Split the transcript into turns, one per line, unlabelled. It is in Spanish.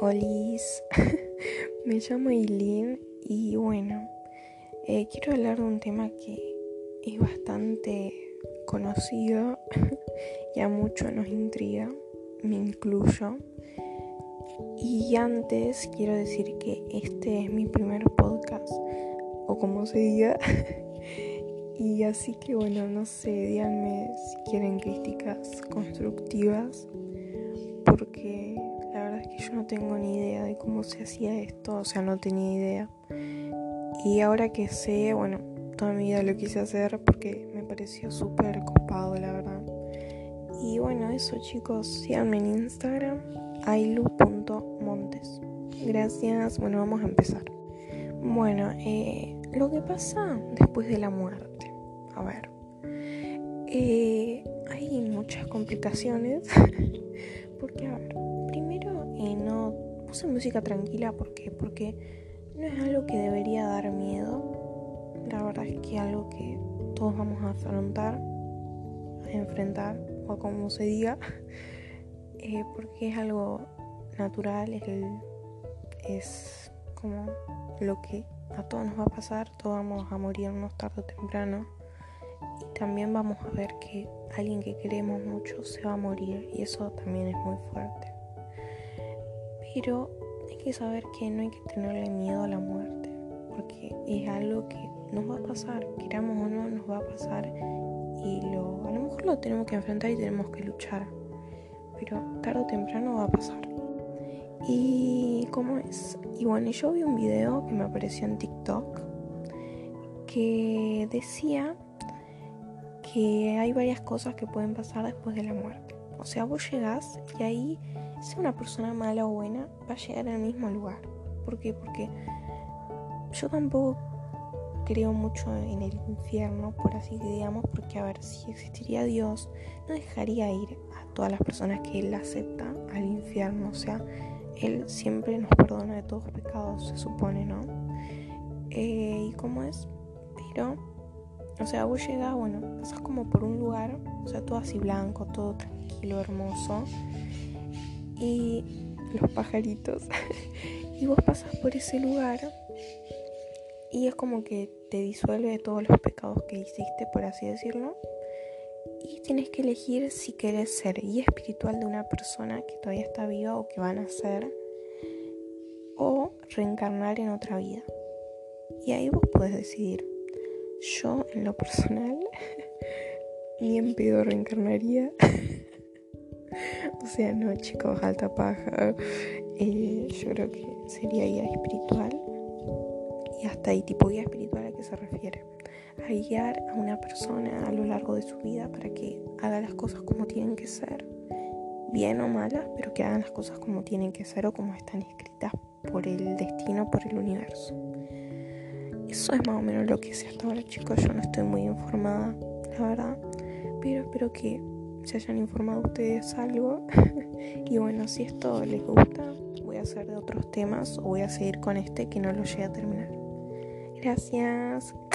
Olis, me llamo Eileen y bueno, quiero hablar de un tema que es bastante conocido y a muchos nos intriga, me incluyo. Y antes quiero decir que este es mi primer podcast, o como se diga, y así que bueno, no sé, díganme si quieren críticas constructivas, porque la verdad es que yo no tengo ni idea de cómo se hacía esto, o sea, no tenía idea. Y ahora que sé, bueno, toda mi vida lo quise hacer porque me pareció súper copado, la verdad. Y bueno, eso chicos, síganme en Instagram, ailu.montes. Gracias, bueno, vamos a empezar. Bueno, lo que pasa después de la muerte. A ver, hay muchas complicaciones. Porque, a ver, primero no puse música tranquila porque no es algo que debería dar miedo. La verdad es que es algo que todos vamos a afrontar, a enfrentar, o como se diga, porque es algo natural, es como lo que a todos nos va a pasar, todos vamos a morirnos tarde o temprano. Y también vamos a ver que alguien que queremos mucho se va a morir, y eso también es muy fuerte. Pero hay que saber que no hay que tenerle miedo a la muerte, porque es algo que nos va a pasar, queramos o no, nos va a pasar, y a lo mejor lo tenemos que enfrentar y tenemos que luchar, pero tarde o temprano va a pasar. ¿Y cómo es? Y bueno, yo vi un video que me apareció en TikTok que decía que hay varias cosas que pueden pasar después de la muerte. O sea, vos llegás y ahí, sea una persona mala o buena, va a llegar al mismo lugar. ¿Por qué? Porque yo tampoco creo mucho en el infierno, por así que digamos, porque a ver, si existiría Dios, no dejaría ir a todas las personas que Él acepta al infierno. O sea, Él siempre nos perdona de todos los pecados, se supone, ¿no? ¿Y cómo es? Pero, o sea, vos llegás, bueno, pasás como por un lugar, o sea, todo así blanco, todo tranquilo, hermoso, y los pajaritos, y vos pasás por ese lugar y es como que te disuelve de todos los pecados que hiciste, por así decirlo, y tienes que elegir si querés ser guía espiritual de una persona que todavía está viva o que va a nacer, o reencarnar en otra vida. Y ahí vos podés decidir. Yo, en lo personal, ni en pedo reencarnaría. O sea, no, chicos, alta paja. Yo creo que sería guía espiritual. Y hasta ahí, tipo guía espiritual, ¿a qué se refiere? A guiar a una persona a lo largo de su vida para que haga las cosas como tienen que ser. Bien o malas, pero que hagan las cosas como tienen que ser o como están escritas por el destino, por el universo. Eso es más o menos lo que sé hasta ahora, chicos. Yo no estoy muy informada, la verdad, pero espero que se hayan informado ustedes algo. Y bueno, si esto les gusta, voy a hacer de otros temas o voy a seguir con este que no lo llegue a terminar. Gracias.